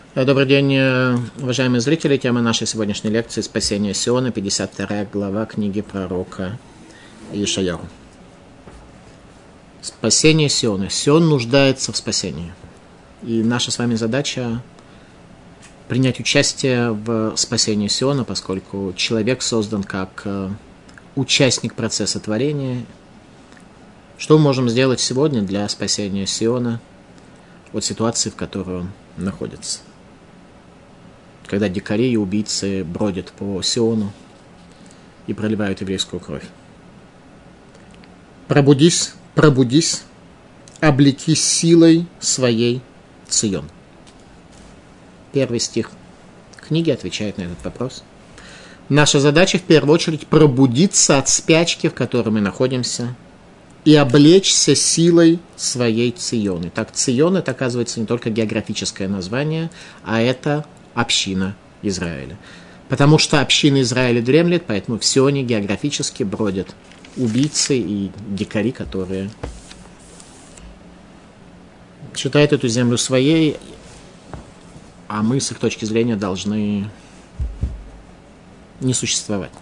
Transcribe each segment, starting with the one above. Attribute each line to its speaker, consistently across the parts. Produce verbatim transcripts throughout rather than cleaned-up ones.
Speaker 1: Добрый день, уважаемые зрители. Тема нашей сегодняшней лекции — «Спасение Сиона», пятьдесят вторая глава книги пророка Ишаяху. Спасение Сиона. Сион нуждается в спасении. И наша с вами задача — принять участие в спасении Сиона, поскольку человек создан как участник процесса творения. Что мы можем сделать сегодня для спасения Сиона от ситуации, в которой он находится? Когда дикари и убийцы бродят по Сиону и проливают еврейскую кровь. «Пробудись, пробудись, облеки силой своей Цион». Первый стих книги отвечает на этот вопрос. Наша задача в первую очередь пробудиться от спячки, в которой мы находимся, и облечься силой своей Цион. Итак, Цион — это, оказывается, не только географическое название, а это община Израиля. Потому что община Израиля дремлет, поэтому в Сионе географически бродят убийцы и дикари, которые считают эту землю своей, а мы с их точки зрения должны не существовать.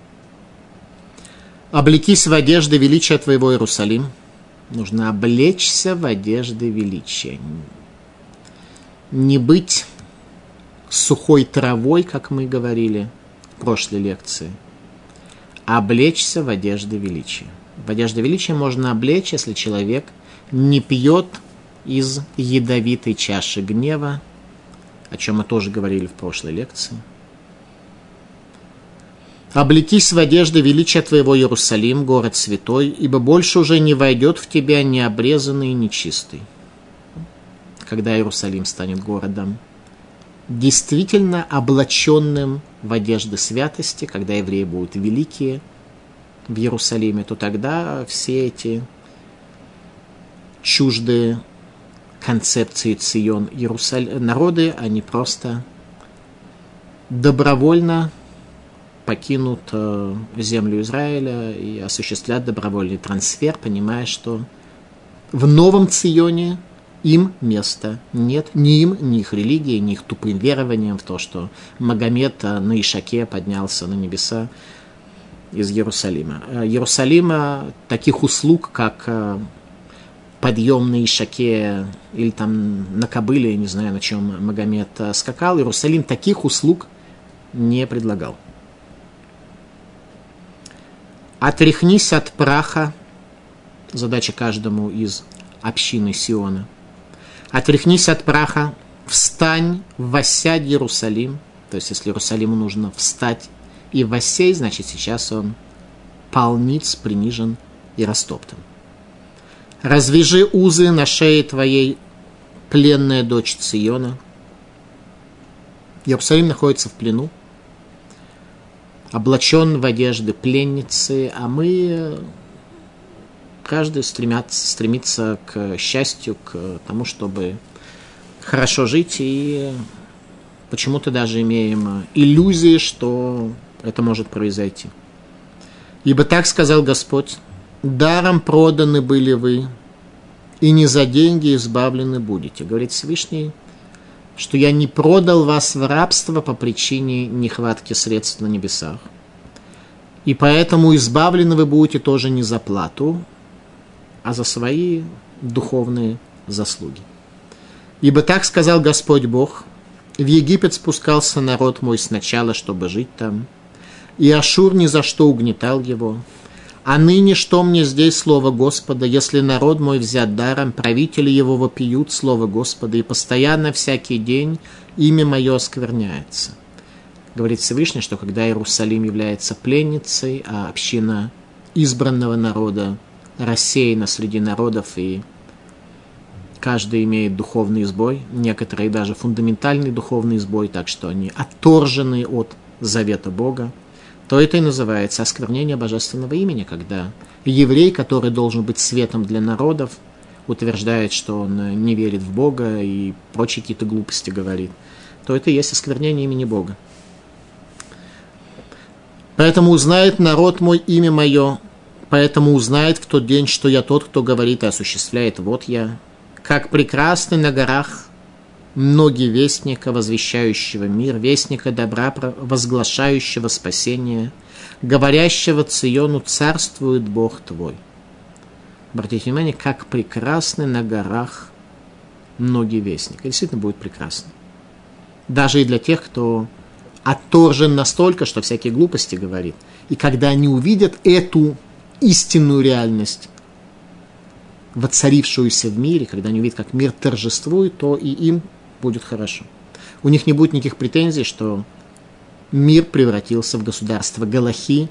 Speaker 1: «Облекись в одежды величия твоего, Иерусалим». Нужно облечься в одежды величия. Не быть сухой травой, как мы говорили в прошлой лекции, а облечься в одежды величия. В одежды величия можно облечь, если человек не пьет из ядовитой чаши гнева, о чем мы тоже говорили в прошлой лекции. «Облекись в одежды величия твоего, Иерусалим, город святой, ибо больше уже не войдет в тебя необрезанный и нечистый». Когда Иерусалим станет городом действительно облаченным в одежды святости, когда евреи будут великие в Иерусалиме, то тогда все эти чуждые концепции Цион Иерусаль... народы, они просто добровольно покинут э, землю Израиля и осуществлят добровольный трансфер, понимая, что в новом Ционе им места нет, ни им, ни их религии, ни их тупым верованием в то, что Магомед на Ишаке поднялся на небеса из Иерусалима. Иерусалима таких услуг, как подъем на Ишаке или там на кобыле, я не знаю, на чем Магомед скакал, Иерусалим таких услуг не предлагал. «Отряхнись от праха», задача каждому из общины Сиона. «Отряхнись от праха, встань, воссядь, Иерусалим». То есть, если Иерусалиму нужно встать и воссесть, значит, сейчас он полниц, принижен и растоптан. «Развяжи узы на шее твоей, пленная дочь Циона». Иерусалим находится в плену, облачен в одежды пленницы, а мы... Каждый стремятся, стремится к счастью, к тому, чтобы хорошо жить, и почему-то даже имеем иллюзии, что это может произойти. «Ибо так сказал Господь: даром проданы были вы, и не за деньги избавлены будете». Говорит Всевышний, что я не продал вас в рабство по причине нехватки средств на небесах, и поэтому избавлены вы будете тоже не за плату, а за свои духовные заслуги. «Ибо так сказал Господь Бог: в Египет спускался народ мой сначала, чтобы жить там, и Ашур ни за что угнетал его. А ныне что мне здесь слово Господа, если народ мой взят даром, правители его вопиют слово Господа, и постоянно всякий день имя мое оскверняется». Говорит Всевышний, что когда Иерусалим является пленницей, а община избранного народа рассеяна среди народов, и каждый имеет духовный сбой, некоторые даже фундаментальный духовный сбой, так что они отторжены от завета Бога, то это и называется осквернение божественного имени, когда еврей, который должен быть светом для народов, утверждает, что он не верит в Бога и прочие какие-то глупости говорит, то это и есть осквернение имени Бога. «Поэтому узнает народ мой имя мое, поэтому узнает в тот день, что я тот, кто говорит и осуществляет. Вот я, как прекрасный на горах ноги вестника, возвещающего мир, вестника добра, возглашающего спасение, говорящего Циону: царствует Бог твой. Обратите внимание, как прекрасны на горах ноги вестника. Действительно будет прекрасно. Даже и для тех, кто отторжен настолько, что всякие глупости говорит. И когда они увидят эту истинную реальность, воцарившуюся в мире, когда они увидят, как мир торжествует, то и им будет хорошо. У них не будет никаких претензий, что мир превратился в государство Галахи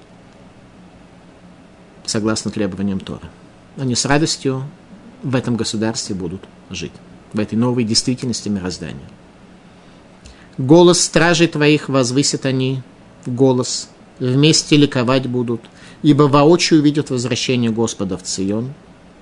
Speaker 1: согласно требованиям Торы. Они с радостью в этом государстве будут жить, в этой новой действительности мироздания. Голос стражей твоих возвысят они, голос, вместе ликовать будут, ибо воочию увидят возвращение Господа в Цион.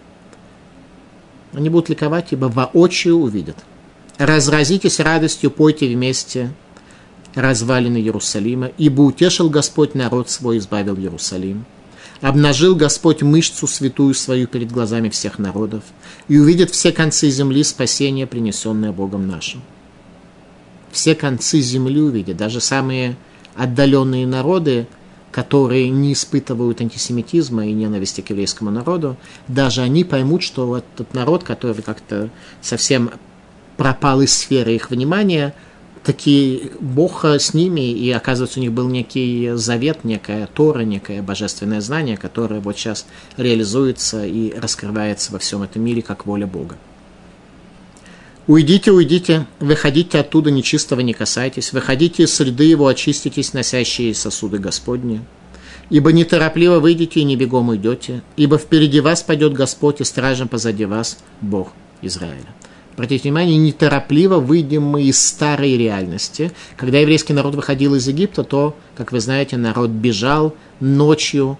Speaker 1: Они будут ликовать, ибо воочию увидят. Разразитесь радостью, пойте вместе развалины Иерусалима, ибо утешил Господь народ свой, избавил Иерусалим. Обнажил Господь мышцу святую свою перед глазами всех народов, и увидят все концы земли спасение, принесенное Богом нашим. Все концы земли увидят, даже самые отдаленные народы, которые не испытывают антисемитизма и ненависти к еврейскому народу, даже они поймут, что этот народ, который как-то совсем пропал из сферы их внимания, таки Бог с ними, и оказывается, у них был некий завет, некая Тора, некое божественное знание, которое вот сейчас реализуется и раскрывается во всем этом мире как воля Бога. Уйдите, уйдите, выходите оттуда, нечистого не касайтесь, выходите из среды его, очиститесь, носящие сосуды Господни. Ибо неторопливо выйдете и не бегом уйдете, ибо впереди вас пойдет Господь, и стражем позади вас Бог Израиля. Обратите внимание, неторопливо выйдем мы из старой реальности. Когда еврейский народ выходил из Египта, то, как вы знаете, народ бежал ночью,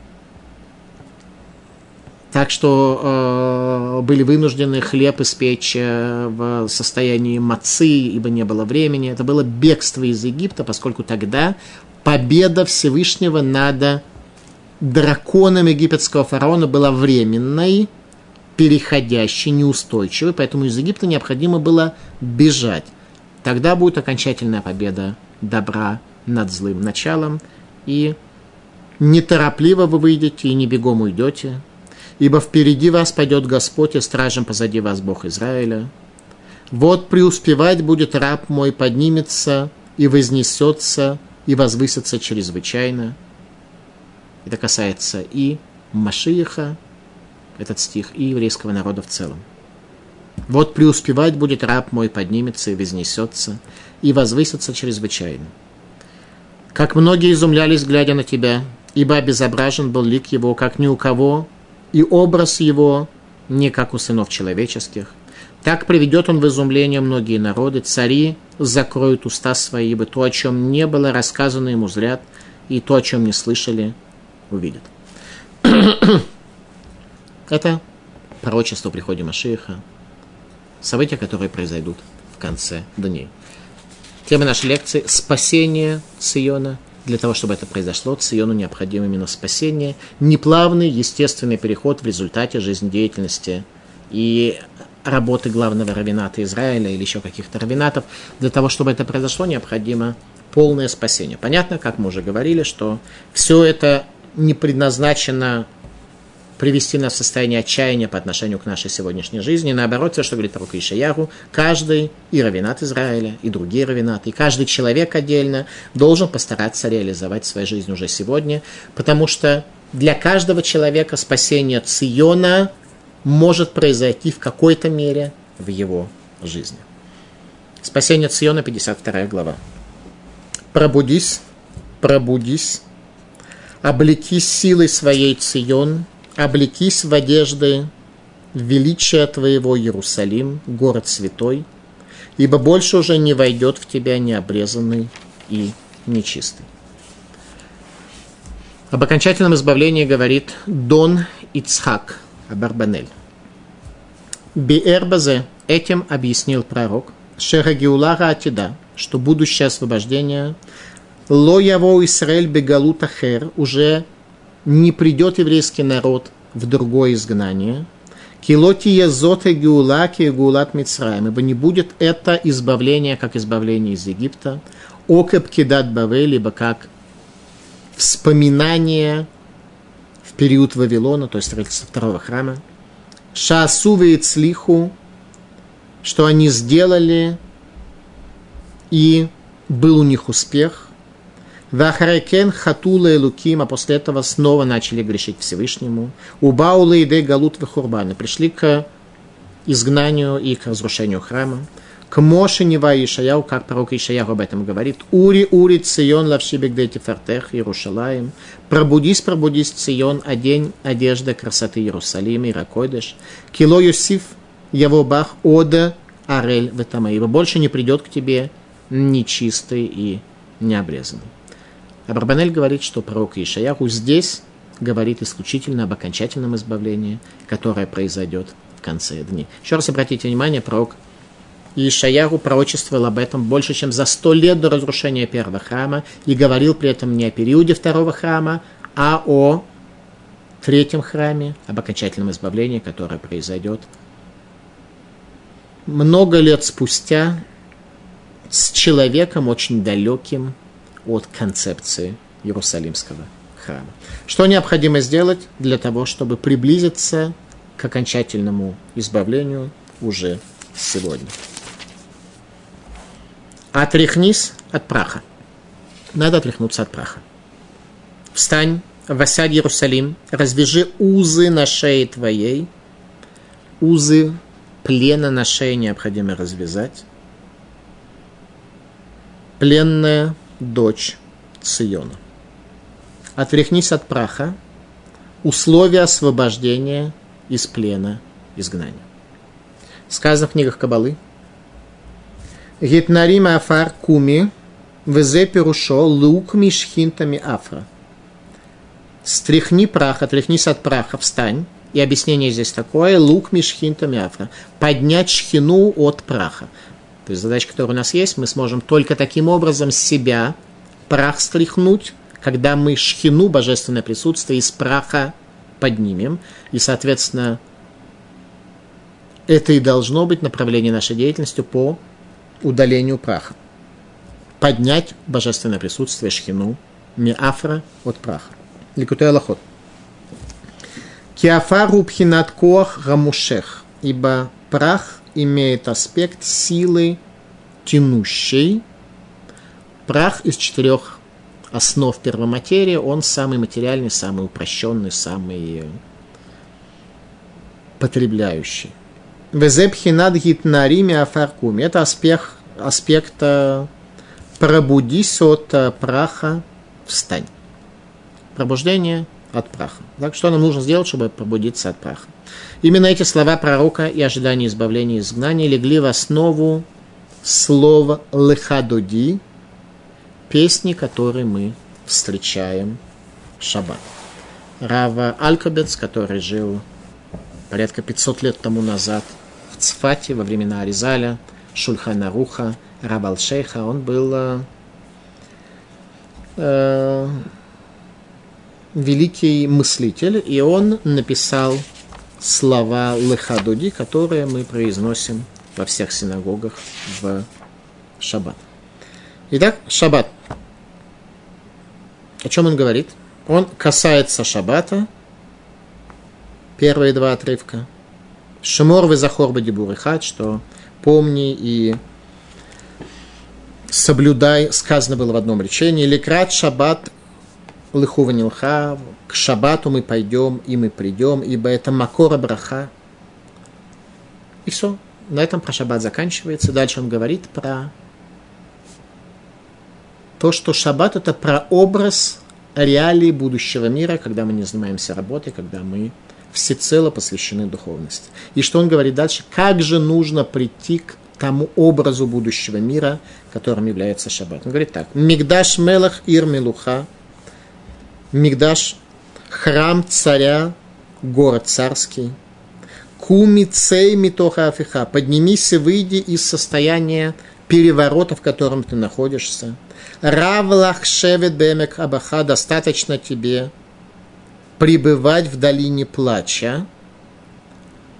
Speaker 1: так что э, были вынуждены хлеб испечь э, в состоянии мацы, ибо не было времени. Это было бегство из Египта, поскольку тогда победа Всевышнего над драконом египетского фараона была временной, переходящей, неустойчивой, поэтому из Египта необходимо было бежать. Тогда будет окончательная победа добра над злым началом, и неторопливо вы выйдете и не бегом уйдете, ибо впереди вас пойдет Господь, и стражем позади вас Бог Израиля. Вот преуспевать будет раб мой, поднимется и вознесется, и возвысится чрезвычайно. Это касается и Машиаха, этот стих, и еврейского народа в целом. Вот преуспевать будет раб мой, поднимется и вознесется, и возвысится чрезвычайно. Как многие изумлялись, глядя на тебя, ибо обезображен был лик его, как ни у кого, и образ его не как у сынов человеческих. Так приведет он в изумление многие народы, цари закроют уста свои, ибо то, о чем не было рассказано им, узрят, и то, о чем не слышали, увидят. Это пророчество о приходе Машиаха, события, которые произойдут в конце дней. Тема нашей лекции – спасение Циона. Для того, чтобы это произошло, Циону необходимо именно спасение, неплавный, естественный переход в результате жизнедеятельности и работы главного раввината Израиля или еще каких-то раввинатов. Для того, чтобы это произошло, необходимо полное спасение. Понятно, как мы уже говорили, что все это не предназначено привести нас в состояние отчаяния по отношению к нашей сегодняшней жизни. Наоборот, все, что говорит пророк Ишаяху, каждый, и раввинат Израиля, и другие раввинаты, и каждый человек отдельно должен постараться реализовать свою жизнь уже сегодня, потому что для каждого человека спасение Циона может произойти в какой-то мере в его жизни. Спасение Циона, пятьдесят вторая глава. «Пробудись, пробудись, облекись силой своей, Цион, облекись в одежды величия твоего, Иерусалим, город святой, ибо больше уже не войдет в тебя необрезанный и нечистый». Об окончательном избавлении говорит Дон Ицхак Абарбанель. Биэрбазе, этим объяснил пророк, Шерагиулара Атида, что будущее освобождение Ло яво Исраэль бегалут ахер, уже не придет еврейский народ в другое изгнание. Килотия зоте геулаки геулат Мицраим, ибо не будет это избавление, как избавление из Египта, океп кидат бавель, либо как вспоминание в период Вавилона, то есть строительство второго храма. Шаасу веицлиху, что они сделали, и был у них успех. Вахарекен хатула и луким, а после этого снова начали грешить Всевышнему. Убаула и дей галут вехурбаны, пришли к изгнанию и к разрушению храма. К Моше Нева Ишаяу, как пророк Ишаяу об этом говорит. Ури, ури, Цион, лавшибек дейти фартех, Иерушалаим. Пробудись, пробудись, Цион, одень одежда красоты Иерусалима, Иракойдеш. Кило Юсиф, его бах, ода, арель, ветамай. Ибо больше не придет к тебе нечистый и необрезанный. Абрабанель говорит, что пророк Ишаяу здесь говорит исключительно об окончательном избавлении, которое произойдет в конце дней. Еще раз обратите внимание, пророк Ишаяу пророчествовал об этом больше, чем за сто лет до разрушения первого храма и говорил при этом не о периоде второго храма, а о третьем храме, об окончательном избавлении, которое произойдет много лет спустя с человеком очень далеким от концепции Иерусалимского храма. Что необходимо сделать для того, чтобы приблизиться к окончательному избавлению уже сегодня? Отряхнись от праха. Надо отряхнуться от праха. Встань, восядь Иерусалим, развяжи узы на шее твоей. Узы плена на шее необходимо развязать. Пленная дочь Циона. Отряхнись от праха. Условия освобождения из плена изгнания. Сказано в книгах Каббалы. Гитнарим афар куми везе перушо лукми шхинтами афра. Стряхни прах, отряхнись от праха, встань. И объяснение здесь такое: лукми шхинтами афра. Поднять шхину от праха. То есть задача, которая у нас есть, мы сможем только таким образом с себя прах стряхнуть, когда мы шхину, божественное присутствие, из праха поднимем. И, соответственно, это и должно быть направление нашей деятельности по удалению праха. Поднять божественное присутствие, шхину, миафра от праха. Ликутей алахот. Киафару пхинат коах рамушех, ибо прах имеет аспект силы тянущей. Прах из четырех основ первоматерии, он самый материальный, самый упрощенный, самый потребляющий. Везепхинад гитнариме афаркуми. Это аспект, аспект пробудись от праха, встань. Пробуждение от праха. Так что нам нужно сделать, чтобы пробудиться от праха? Именно эти слова пророка и ожидание избавления и изгнания легли в основу слова лехадоди, песни, которые мы встречаем в шаббат. Рава Алькобец, который жил порядка пятьсот лет тому назад в Цфате во времена Аризаля, Шульхан Аруха, Рав Аль-Шейха, он был э, э, великий мыслитель, и он написал слова лехадоди, которые мы произносим во всех синагогах в шаббат. Итак, шаббат. О чем он говорит? Он касается шаббата. Первые два отрывка. Шемор везахор бадибур эхад, что помни и соблюдай, сказано было в одном речении. Лекрат шаббат лиху ванилха, к шаббату мы пойдем и мы придем, ибо это макора браха. И все. На этом про шаббат заканчивается. Дальше он говорит про то, что шаббат – это прообраз реалий будущего мира, когда мы не занимаемся работой, когда мы всецело посвящены духовности. И что он говорит дальше? Как же нужно прийти к тому образу будущего мира, которым является шаббат? Он говорит так. Мигдаш мелах ир мелуха. Мигдаш – храм царя, город царский. Куми цей митоха афиха. Поднимись и выйди из состояния переворота, в котором ты находишься. Равлах шевет бемек абаха. Достаточно тебе пребывать в долине плача.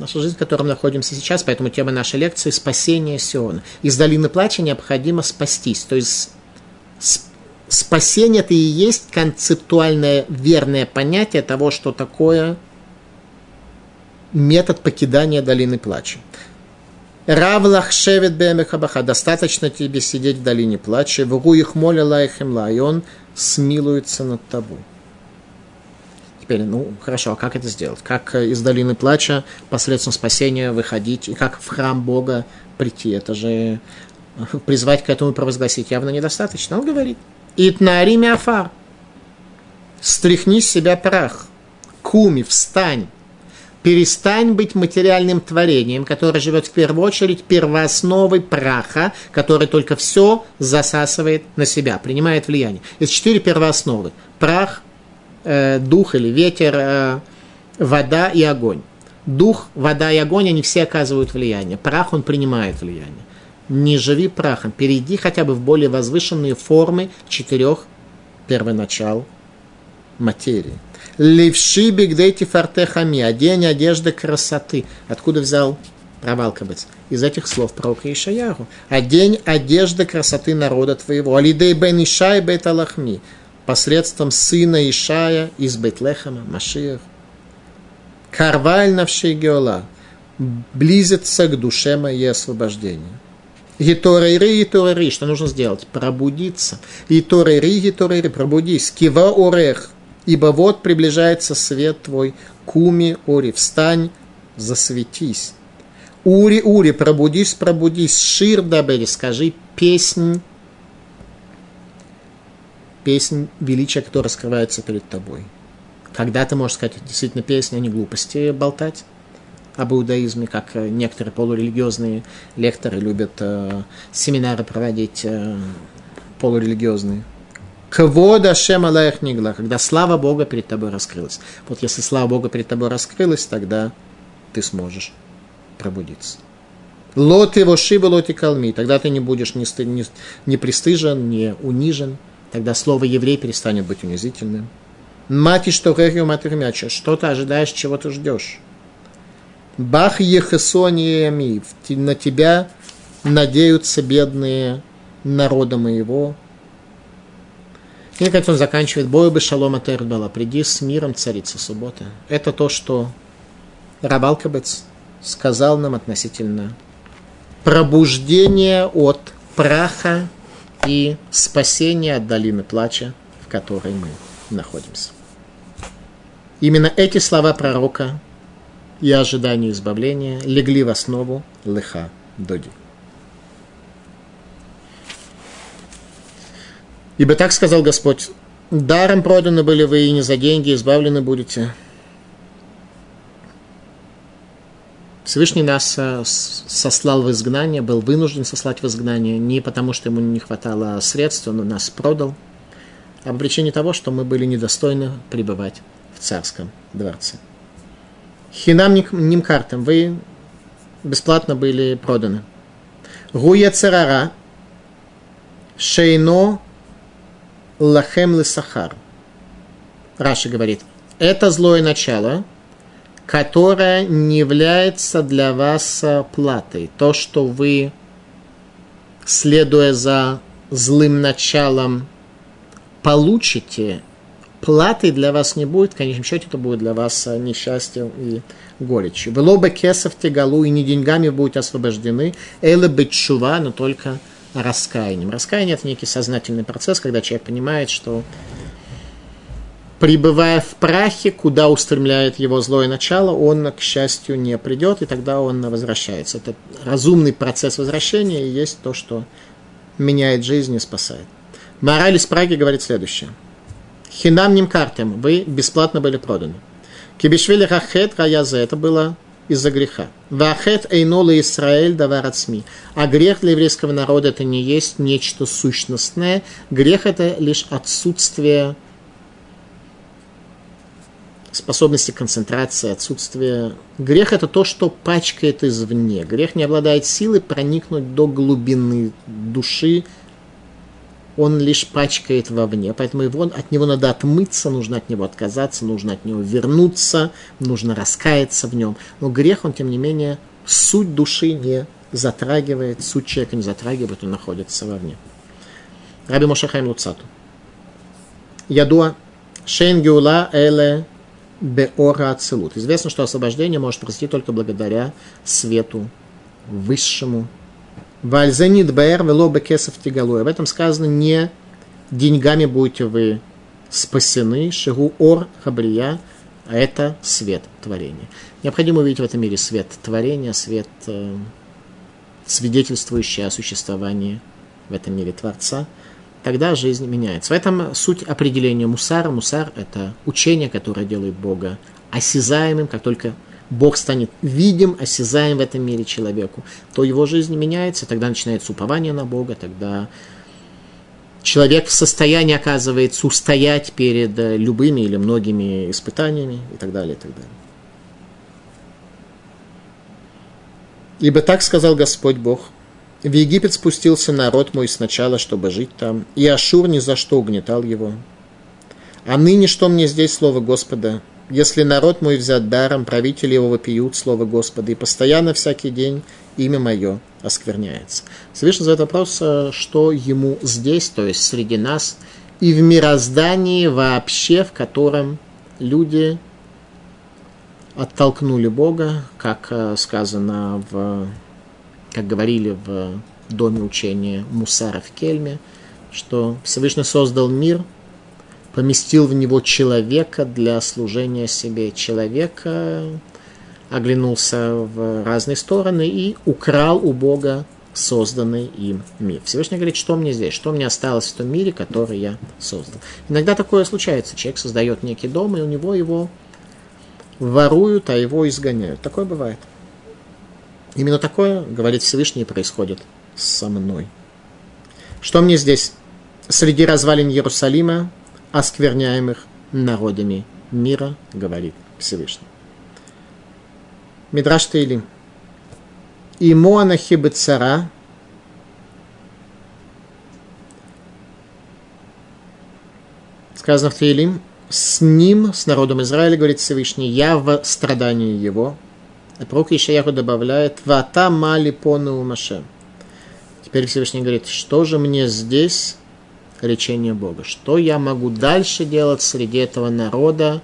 Speaker 1: наша жизнь, в которой мы находимся сейчас, поэтому тема нашей лекции – спасение Сиона. Из долины плача необходимо спастись, то есть спасение – это и есть концептуальное верное понятие того, что такое метод покидания долины плача. Рав лахшевет бемехабаха, достаточно тебе сидеть в долине плача, вгу их моля лайхемла, и он смилуется над тобой. Теперь, ну, хорошо, а как это сделать? Как из долины плача посредством спасения выходить, и как в храм Бога прийти? Это же призвать к этому и провозгласить явно недостаточно. Он говорит, «Итнари миафар, стряхни с себя прах, куми, встань, перестань быть материальным творением, которое живет в первую очередь первоосновой праха, который только все засасывает на себя, принимает влияние. Есть четыре первоосновы. Прах, э, дух или ветер, э, вода и огонь. Дух, вода и огонь, они все оказывают влияние. Прах, он принимает влияние. Не живи прахом, перейди хотя бы в более возвышенные формы четырех первоначал материи. Левши бигдейти фартехами, одень одежды красоты. Откуда взял Рав Алкабец? Из этих слов пророка Ишаяху. Одень одежды красоты народа твоего. Алидей бен Ишай бет Алахми. Посредством сына Ишая из Бейтлехема, Машиах. Карваль навшей геола. Близится к душе моей освобождения. Гиторейри, гиторейри. Что нужно сделать? Пробудиться. Гиторейри, гиторейри. Пробудись. Кива орех. Ибо вот приближается свет твой, куми, ори, встань, засветись. Ури, ури, пробудись, пробудись, шир дабери, скажи песнь, песнь величия, которая раскрывается перед тобой. Когда ты можешь сказать, действительно песня, а не глупости болтать об иудаизме, как некоторые полурелигиозные лекторы любят э, семинары проводить э, полурелигиозные. Квод Ашем алейх нигла, когда слава Бога перед тобой раскрылась. Вот если слава Бога перед тобой раскрылась, тогда ты сможешь пробудиться. Лот его шиба лоти калми, тогда ты не будешь ни, сты, ни, ни пристыжен, ни унижен, тогда слово еврей перестанет быть унизительным. Мати что гэгю матырмяча, что ты ожидаешь, чего ты ждешь. Бах ехесони ями, на тебя надеются бедные народа моего. И, наконец, он заканчивает «Бой бы шалома тердала, приди с миром, царица суббота». Это то, что Рав Алкабец сказал нам относительно пробуждения от праха и спасения от долины плача, в которой мы находимся. Именно эти слова пророка и ожидание избавления легли в основу Леха Доди. Ибо так сказал Господь, даром проданы были вы, и не за деньги избавлены будете. Всевышний нас сослал в изгнание, был вынужден сослать в изгнание, не потому, что ему не хватало средств, он нас продал, а по причине того, что мы были недостойны пребывать в царском дворце. Хинам нимкартам, вы бесплатно были проданы. Гуя церара, шейно лахем лесахар. Раши говорит, это злое начало, которое не является для вас платой. То, что вы, следуя за злым началом, получите, платой для вас не будет. В конечном счете это будет для вас несчастьем и горечью. Вело бы кесов тягалу, и не деньгами будете освобождены, эле бетшува, но только раскаянием. Раскаяние – это некий сознательный процесс, когда человек понимает, что, пребывая в прахе, куда устремляет его злое начало, он, к счастью, не придет, и тогда он возвращается. Это разумный процесс возвращения и есть то, что меняет жизнь и спасает. Мораль из Праги говорит следующее. Хинам нимкартем, вы бесплатно были проданы. Кибишвили рахет раязе, это было из-за греха. Вахет эйнола Исраэль давар ацми. А грех для еврейского народа это не есть нечто сущностное. Грех это лишь отсутствие способности концентрации, отсутствие... Грех это то, что пачкает извне. Грех не обладает силой проникнуть до глубины души он лишь пачкает вовне, поэтому его, от него надо отмыться, нужно от него отказаться, нужно от него вернуться, нужно раскаяться в нем. Но грех, он, тем не менее, суть души не затрагивает, суть человека не затрагивает, он находится вовне. Раби Моше Хаим Луцату. Ядуа шейн геула эле беора ацилут. Известно, что освобождение может произойти только благодаря свету высшему. Вальзенит бэр вело бекесов тигалуя. В этом сказано, не деньгами будете вы спасены, шигу ор хабрия, а это свет творения. Необходимо увидеть в этом мире свет творения, свет, э, свидетельствующий о существовании в этом мире Творца. Тогда жизнь меняется. В этом суть определения мусара. Мусар – это учение, которое делает Бога осязаемым, как только Бог станет видим, осязаем в этом мире человеку, то его жизнь меняется, тогда начинается упование на Бога, тогда человек в состоянии оказывается устоять перед любыми или многими испытаниями и так далее, и так далее. Ибо так сказал Господь Бог: в Египет спустился народ мой сначала, чтобы жить там, и Ашур ни за что угнетал его. А ныне что мне здесь слово Господа? Если народ мой взят даром, правители его вопиют слово Господа, и постоянно всякий день имя мое оскверняется. Всевышний задает вопрос, что ему здесь, то есть среди нас, и в мироздании вообще, в котором люди оттолкнули Бога, как сказано, в, как говорили в доме учения Мусара в Кельме, что Всевышний создал мир, поместил в него человека для служения себе. Человек оглянулся в разные стороны и украл у Бога созданный им мир. Всевышний говорит, что мне здесь, что мне осталось в том мире, который я создал. Иногда такое случается. Человек создает некий дом, и у него его воруют, а его изгоняют. Такое бывает. Именно такое, говорит Всевышний, происходит со мной. Что мне здесь? Среди развалин Иерусалима, оскверняемых народами мира, говорит Всевышний. Мидраш Теилим. Имо анахи бецара, сказано в Теилим, с ним, с народом Израиля, говорит Всевышний, я в страдании его. А пророк Ишаяху добавляет, вата мали пону маше. Теперь Всевышний говорит, что же мне здесь речение Бога? Что я могу дальше делать среди этого народа,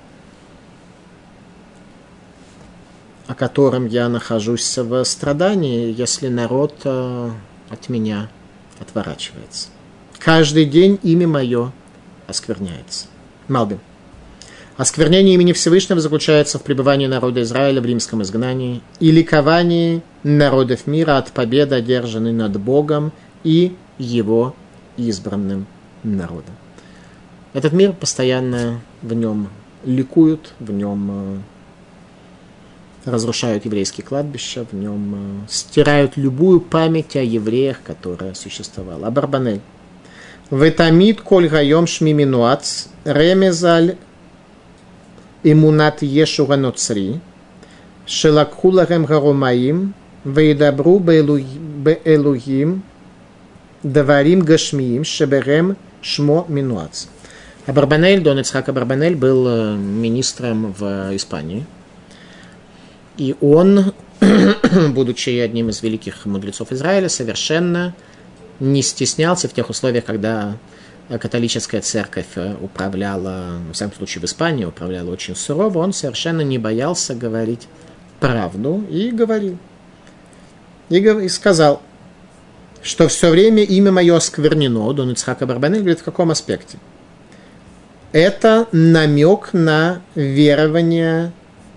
Speaker 1: о котором я нахожусь в страдании, если народ э, от меня отворачивается? Каждый день имя мое оскверняется. Малбим. Осквернение имени Всевышнего заключается в пребывании народа Израиля в римском изгнании и ликовании народов мира от победы, одержанной над Богом и его избранным народом. Этот мир постоянно в нем ликуют, в нем разрушают еврейские кладбища, в нем стирают любую память о евреях, которая существовала. Абарбанель. Ветамид коль гайом шмиминуац ремезаль имунат ешуга ноцри шелакху лахем гарумаим вейдабру беэлугим даварим гашмиим шеберем шмо минуац. Абарбанель, Дон Ицхак Абарбанель был министром в Испании. И он, будучи одним из великих мудрецов Израиля, совершенно не стеснялся в тех условиях, когда католическая церковь управляла, в всяком случае в Испании, управляла очень сурово, он совершенно не боялся говорить правду и говорил. И, и сказал, что все время имя мое осквернено. Дон Ицхак Абарбанель говорит, в каком аспекте? Это намек на верование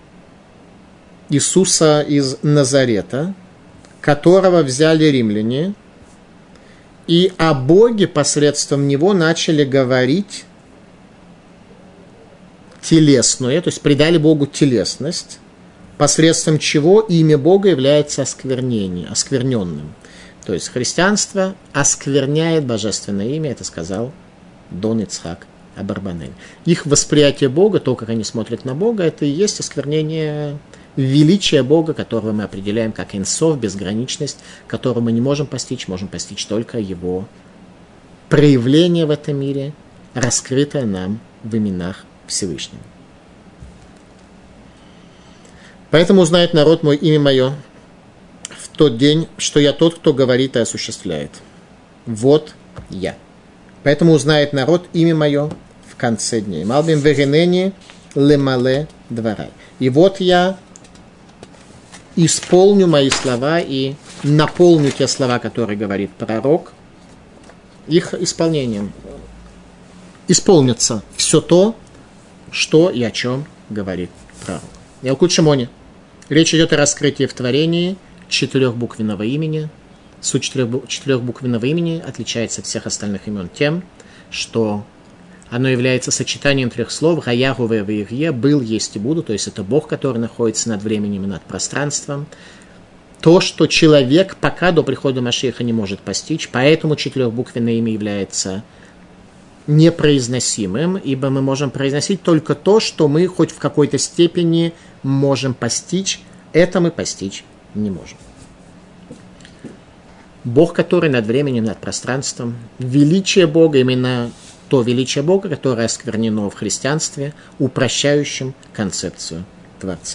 Speaker 1: Иисуса из Назарета, которого взяли римляне, и о Боге посредством него начали говорить телесную, то есть придали Богу телесность, посредством чего имя Бога является осквернением, оскверненным. То есть христианство оскверняет божественное имя, это сказал Дон Ицхак Абарбанель. Их восприятие Бога, то, как они смотрят на Бога, это и есть осквернение величия Бога, которого мы определяем как Энсов, безграничность, которую мы не можем постичь, можем постичь только Его проявление в этом мире, раскрытое нам в именах Всевышнего. Поэтому узнает народ мой имя мое в тот день, что я тот, кто говорит и осуществляет. Вот я. Поэтому узнает народ имя мое в конце дней. Малбим вегенени лемале дварай. И вот я исполню мои слова и наполню те слова, которые говорит пророк, их исполнением. Исполнится все то, что и о чем говорит пророк. Ялкут Шимони. Речь идет о раскрытии в творении четырехбуквенного имени. Суть четырехбуквенного имени отличается от всех остальных имен тем, что оно является сочетанием трех слов «Гаягу ве был, есть и буду», то есть это Бог, который находится над временем и над пространством. То, что человек пока до прихода Машиаха не может постичь, поэтому четырехбуквенное имя является непроизносимым, ибо мы можем произносить только то, что мы хоть в какой-то степени можем постичь, это мы постичь не можем. Бог, который над временем, над пространством, величие Бога, именно то величие Бога, которое осквернено в христианстве, упрощающим концепцию Творца.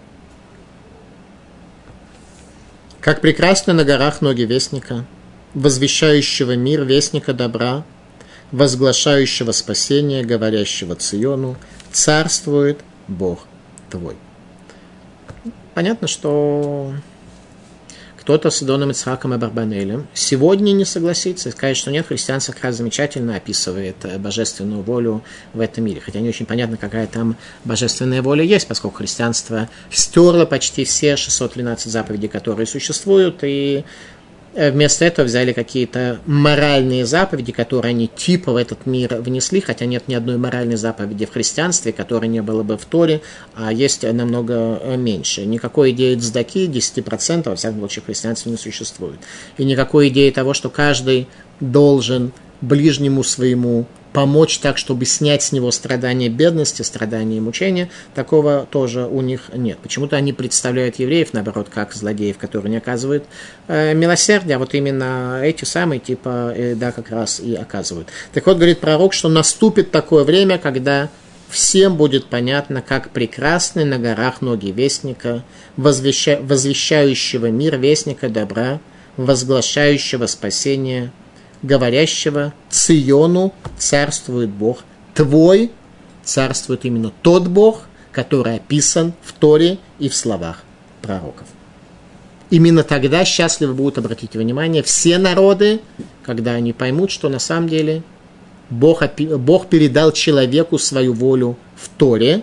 Speaker 1: Как прекрасны на горах ноги вестника, возвещающего мир, вестника добра, возглашающего спасение, говорящего Циону, царствует Бог твой. Понятно, что кто-то с Идоном Ицхаком и Барбанелем сегодня не согласится и скажет, что нет, христианство как раз замечательно описывает божественную волю в этом мире. Хотя не очень понятно, какая там божественная воля есть, поскольку христианство стерло почти все шестьсот двенадцать заповедей, которые существуют, и вместо этого взяли какие-то моральные заповеди, которые они типа в этот мир внесли, хотя нет ни одной моральной заповеди в христианстве, которой не было бы в Торе, а есть намного меньше. Никакой идеи цдаки, десять процентов, во всяком случае, в христианстве не существует. И никакой идеи того, что каждый должен ближнему своему помочь так, чтобы снять с него страдания бедности, страдания и мучения, такого тоже у них нет. Почему-то они представляют евреев, наоборот, как злодеев, которые не оказывают э, милосердия, а вот именно эти самые, типа, э, да, как раз и оказывают. Так вот, говорит пророк, что наступит такое время, когда всем будет понятно, как прекрасны на горах ноги вестника, возвеща... возвещающего мир, вестника добра, возглашающего спасение, говорящего Циону царствует Бог твой, царствует именно тот Бог, который описан в Торе и в словах пророков. Именно тогда счастливы будут, обратите внимание, все народы, когда они поймут, что на самом деле Бог, Бог передал человеку свою волю в Торе.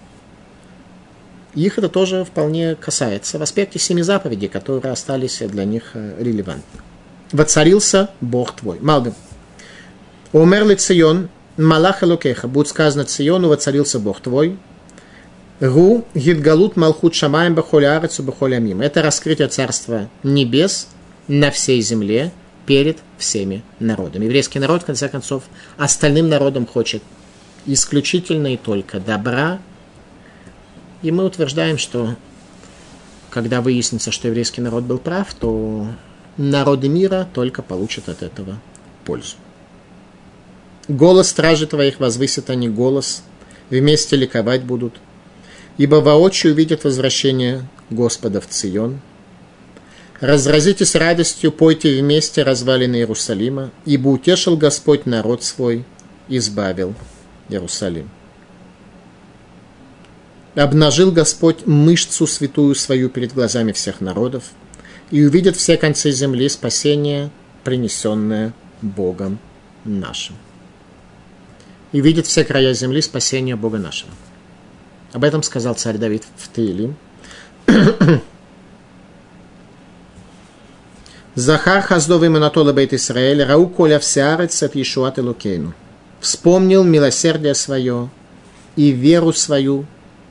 Speaker 1: Их это тоже вполне касается в аспекте семи заповедей, которые остались для них релевантны. Воцарился Бог твой. Малбим. Умерли Цион, Малах Элокеха. Будет сказано Циону, воцарился Бог твой. Гу гидгалут малхут шамаем бахоля арецу бахоля мим. Это раскрытие царства небес на всей земле перед всеми народами. Еврейский народ, в конце концов, остальным народам хочет исключительно и только добра. И мы утверждаем, что когда выяснится, что еврейский народ был прав, то народы мира только получат от этого пользу. Голос стражи твоих возвысит они голос, вместе ликовать будут, ибо воочию увидят возвращение Господа в Цион. Разразитесь радостью, пойте вместе развалины Иерусалима, ибо утешил Господь народ свой, избавил Иерусалим. Обнажил Господь мышцу святую свою перед глазами всех народов, и увидят все концы земли спасение, принесенное Богом нашим. И видят все края земли спасение Бога нашего. Об этом сказал царь Давид в Теилим. Захар хаздовый монотола бейт Исраэль, рау коля всеарец от Ешуат Элокейну. Вспомнил милосердие свое и веру свою,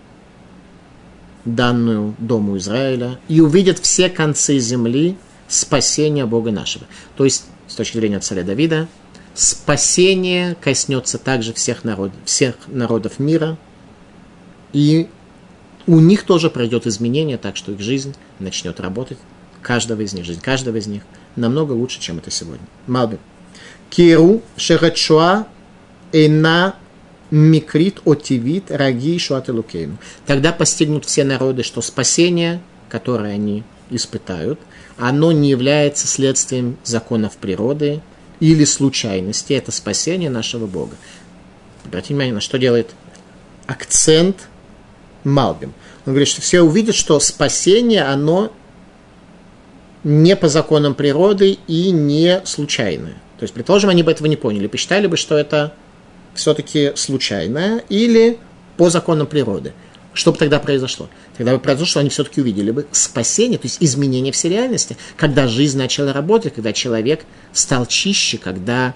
Speaker 1: данную дому Израиля, и увидят все концы земли спасения Бога нашего. То есть, с точки зрения царя Давида, спасение коснется также всех, народ, всех народов мира, и у них тоже пройдет изменение, так что их жизнь начнет работать, каждого из них, жизнь каждого из них намного лучше, чем это сегодня. Малби. Киру шерачуа эйна микрит отивит раги шуателукейну. Тогда постигнут все народы, что спасение, которое они испытают, оно не является следствием законов природы или случайности. Это спасение нашего Бога. Обратите внимание, на что делает акцент Малбим. Он говорит, что все увидят, что спасение, оно не по законам природы и не случайное. То есть, предположим, они бы этого не поняли, посчитали бы, что это все-таки случайное или по законам природы. Что бы тогда произошло? Тогда бы произошло, что они все-таки увидели бы спасение, то есть изменение всей реальности, когда жизнь начала работать, когда человек стал чище, когда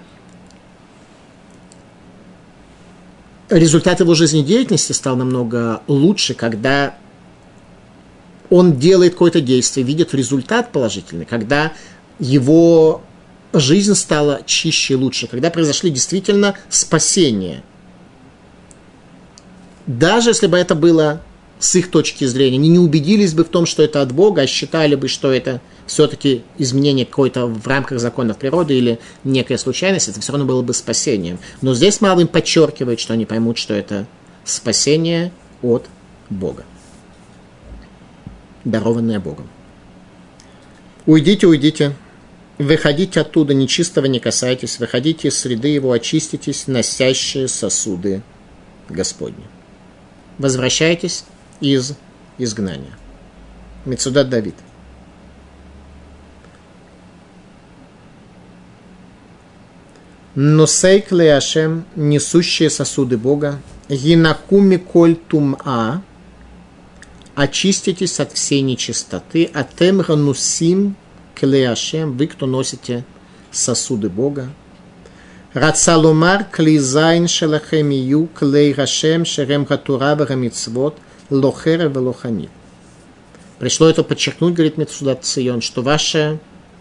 Speaker 1: результат его жизнедеятельности стал намного лучше, когда он делает какое-то действие, видит результат положительный, когда его жизнь стала чище и лучше, когда произошли действительно спасения. Даже если бы это было с их точки зрения, они не убедились бы в том, что это от Бога, а считали бы, что это все-таки изменение какое-то в рамках законов природы или некая случайность, это все равно было бы спасением. Но здесь Малбим подчеркивает, что они поймут, что это спасение от Бога, дарованное Богом. Уйдите, уйдите. Выходите оттуда, нечистого не касайтесь, выходите из среды его, очиститесь, носящие сосуды Господни. Возвращайтесь из изгнания. Мецудат Давид. Носейк леашем, несущие сосуды Бога, гинакуми коль тум'a, очиститесь от всей нечистоты, атем ганусим клеашем, вы, кто носите сосуды Бога. Рацалумар клизайн шелахем ию клей рашем шерем хатура варамицвот лохера велоханит. Пришло это подчеркнуть, говорит Мецудат Цион, что ваши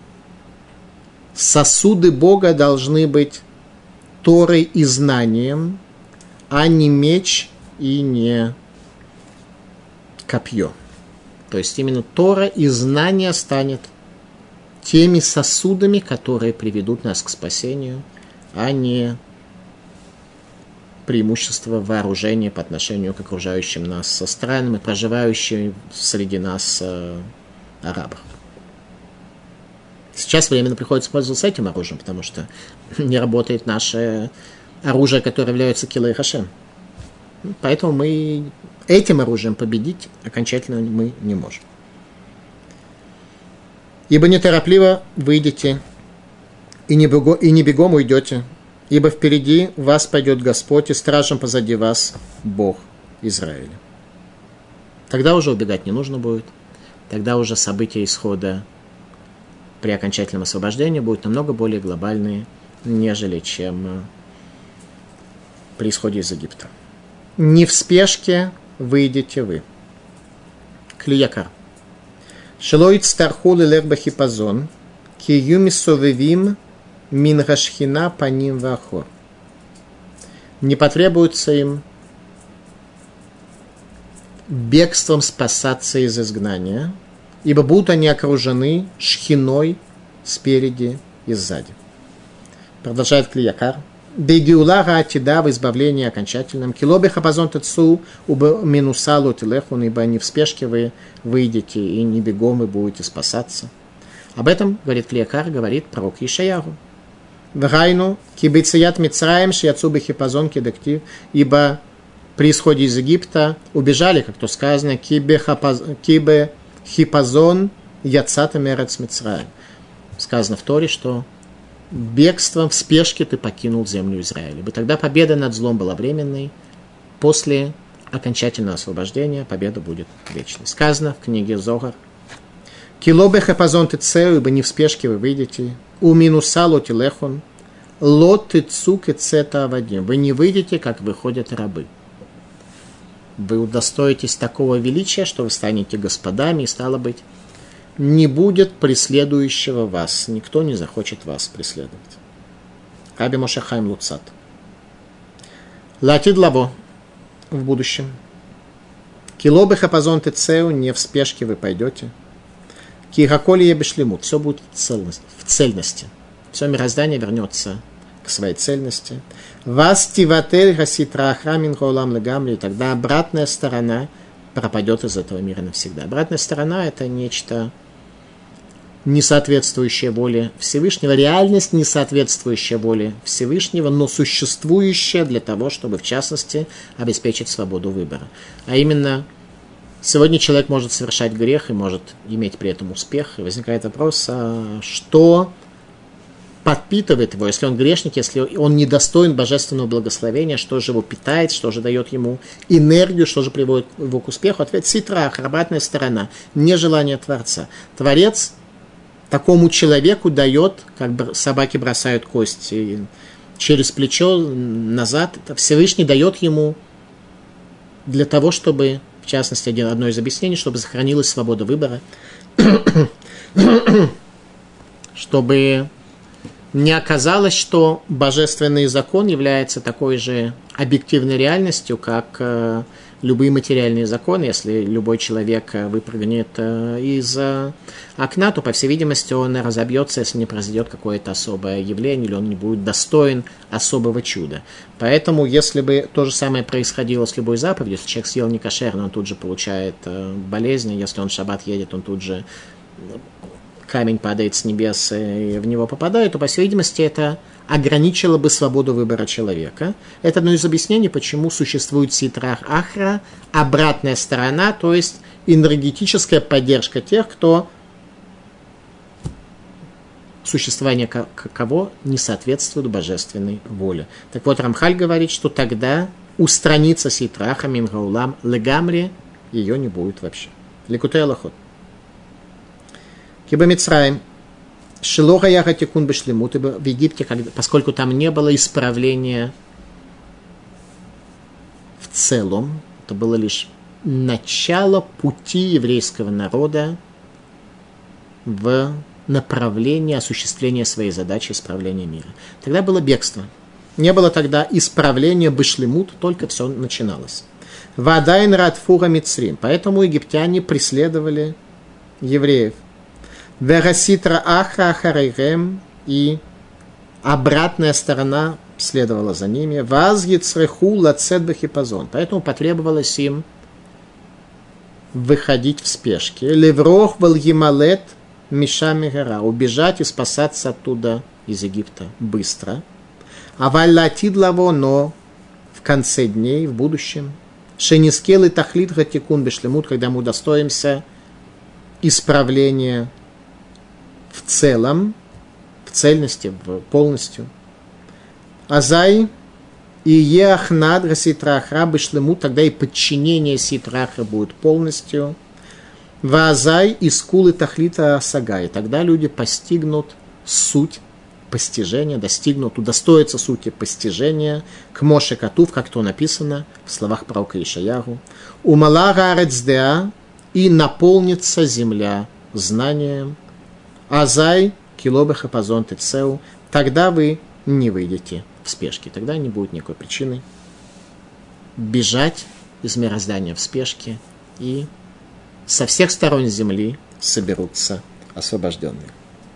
Speaker 1: сосуды Бога должны быть Торой и знанием, а не меч и не копье. То есть именно Тора и знание станет теми сосудами, которые приведут нас к спасению, а не преимущество вооружения по отношению к окружающим нас со странам и проживающим среди нас э, арабах. Сейчас временно приходится пользоваться этим оружием, потому что не работает наше оружие, которое является килой хашем. Поэтому мы этим оружием победить окончательно мы не можем. Ибо неторопливо выйдете, и не, бегом, и не бегом уйдете, ибо впереди вас пойдет Господь, и стражем позади вас Бог Израиля. Тогда уже убегать не нужно будет, тогда уже события исхода при окончательном освобождении будут намного более глобальные, нежели чем при исходе из Египта. Не в спешке выйдете вы. Клиякар. Шелоит стархул и лерба хипазон, ки юми совевим мин рашхина паним вахор. Не потребуется им бегством спасаться из изгнания, ибо будут они окружены шхиной спереди и сзади. Продолжает Клиякар. Бегиула гаатида в избавлении окончательном. Килобе хапазон тецу убе минусалу телехун, ибо не в спешке вы выйдете и не бегом вы будете спасаться. Об этом, говорит Клиякар, говорит пророк Ишаяху. Вгайну кибицеят мицраем шияцу бехипазон кедактив, ибо при исходе из Египта убежали, как то сказано, кибе хипазон яцата мерец мицраем. Сказано в Торе, что бегством в спешке ты покинул землю Израиля. Ибо тогда победа над злом была временной, после окончательного освобождения победа будет вечной. Сказано в книге Зогар. Килобе хапазон тецеу, ибо не в спешке вы выйдете. У минуса лотилехон, лот тецук и цета авадим. Вы не выйдете, как выходят рабы. Вы удостоитесь такого величия, что вы станете господами, и стало быть, не будет преследующего вас. Никто не захочет вас преследовать. Раби Моше Хаим Луцат. Латид лаво. В будущем. Килобе хапазон тецеу, не в спешке вы пойдете. Кираколи ебешлемут. Все будет в цельности. В цельности. Все мироздание вернется к своей цельности. Вас тиватель гаситра ахрамин хоулам легамри, тогда обратная сторона пропадет из этого мира навсегда. Обратная сторона – это нечто не соответствующее воле Всевышнего, реальность, не соответствующая воле Всевышнего, но существующая для того, чтобы, в частности, обеспечить свободу выбора. А именно, сегодня человек может совершать грех и может иметь при этом успех. И возникает вопрос, а что подпитывает его, если он грешник, если он недостоин божественного благословения, что же его питает, что же дает ему энергию, что же приводит его к успеху? Ответ – ситрах, обратная сторона, нежелание Творца. Творец такому человеку дает, как бы собаки бросают кости через плечо назад. Всевышний дает ему для того, чтобы, в частности, одно из объяснений, чтобы сохранилась свобода выбора, чтобы не оказалось, что божественный закон является такой же объективной реальностью, как э, любые материальные законы. Если любой человек выпрыгнет э, из э, окна, то, по всей видимости, он разобьется, если не произойдет какое-то особое явление, или он не будет достоин особого чуда. Поэтому, если бы то же самое происходило с любой заповедью, если человек съел некошерно, он тут же получает э, болезни, если он в шаббат едет, он тут же камень падает с небес и в него попадает, то, по всей видимости, это ограничило бы свободу выбора человека. Это одно из объяснений, почему существует ситрах ахра, обратная сторона, то есть энергетическая поддержка тех, кто существование кого не соответствует божественной воле. Так вот, Рамхаль говорит, что тогда устранится ситраха мингаулам легамри, ее не будет вообще. Ликутей алахот. Киба Мицраим, Шилоха Яхатикун Бешлемут, ибо в Египте, поскольку там не было исправления в целом, это было лишь начало пути еврейского народа в направлении осуществления своей задачи исправления мира. Тогда было бегство. Не было тогда исправления Бешлемут, только все начиналось. Вадайн Радфура Мицрим, поэтому египтяне преследовали евреев. Вегаситра ахра ахарейгем, и обратная сторона следовала за ними. Ваз яцреху лацет бехипазон, поэтому потребовалось им выходить в спешке. Леврох вал ямалет миша мегара, убежать и спасаться оттуда из Египта быстро. А валлатид лаво, но в конце дней, в будущем, шенискел и тахлит гатикун бешлемут, когда мы удостоимся исправления в целом, в цельности, в полностью. Азай и еахнад гаситрахра бешлемут, тогда и подчинение ситрахра будет полностью. Вазай и скулы тахлита сагай, тогда люди постигнут суть постижения, достигнут, удостоятся сути постижения к Моше Катув, как то написано в словах пророка Ишаяру. Умалага арецдеа, и наполнится земля знанием. Азай килобе хапазон тецеу, тогда вы не выйдете в спешке, тогда не будет никакой причины бежать из мироздания в спешке, и со всех сторон земли соберутся освобожденные.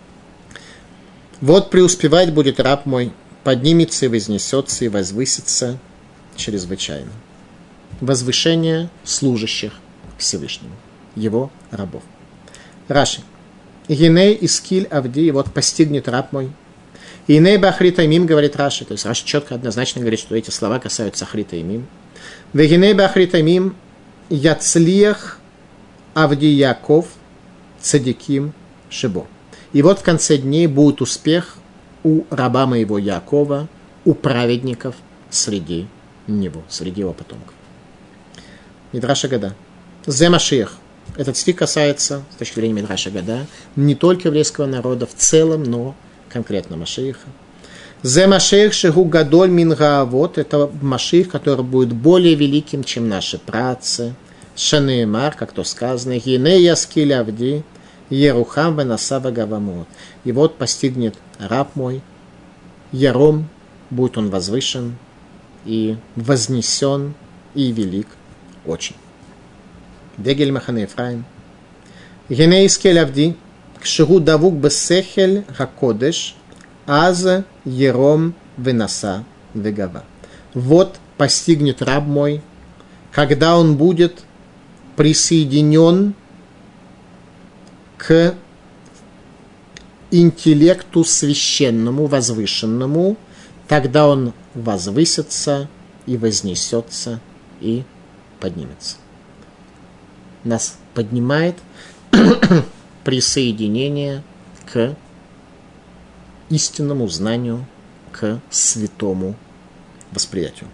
Speaker 1: Вот преуспевать будет раб мой, поднимется и вознесется и возвысится чрезвычайно. Возвышение служащих Всевышнему, его рабов. Раши. Гиней искиль авди, вот постигнет раб мой. Гиней бахрита имим, говорит Раши, то есть Раши четко, однозначно говорит, что эти слова касаются ахрита имим. Вегиней бахрита имим яцлиях авди Яков цадиким шибо. И вот в конце дней будет успех у раба моего Якова, у праведников среди него, среди его потомков. Мидраш Агада. Зе Машиах. Этот стих касается, с точки зрения Мидраша Агада, не только еврейского народа в целом, но конкретно Машиаха. Зе Машиах шегу гадоль мин гаавот. Это Машиах, который будет более великим, чем наши праотцы. Шанеемар, как то сказано, гиней яскиль авди, ерухам венасава гавамот. И вот постигнет раб мой, яром, будет он возвышен и вознесен и велик очень. Дегель Махане Ефраим. Геней искель авди, кшигу давук бесехель хакодеш, аз ером венаса вегава. Вот постигнет раб мой, когда он будет присоединен к интеллекту священному, возвышенному, тогда он возвысится и вознесется и поднимется. Нас поднимает присоединение к истинному знанию, к святому восприятию.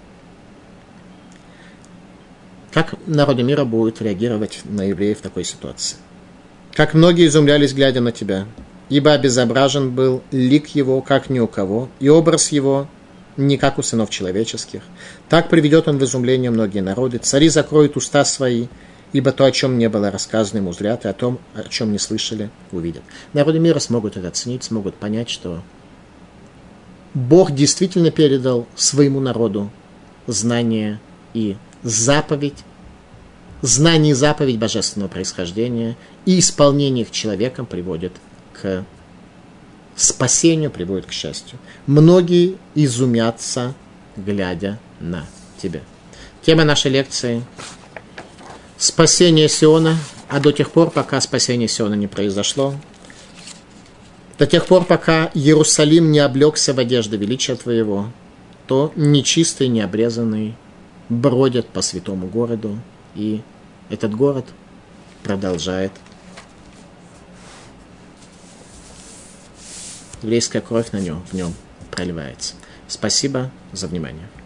Speaker 1: Как народы мира будут реагировать на евреев в такой ситуации? Как многие изумлялись, глядя на тебя, ибо обезображен был лик его, как ни у кого, и образ его не как у сынов человеческих. Так приведет он в изумление многие народы. Цари закроют уста свои, ибо то, о чем не было рассказано, ему зрят, и о том, о чем не слышали, увидят. Народы мира смогут это оценить, смогут понять, что Бог действительно передал своему народу знание и заповедь, знание и заповедь божественного происхождения, и исполнение их человеком приводит к спасению, приводит к счастью. Многие изумятся, глядя на тебя. Тема нашей лекции – спасение Сиона, а до тех пор, пока спасение Сиона не произошло, до тех пор, пока Иерусалим не облегся в одежды величия твоего, то нечистый, необрезанный бродят по святому городу, и этот город продолжает. Еврейская кровь на нем, в нем проливается. Спасибо за внимание.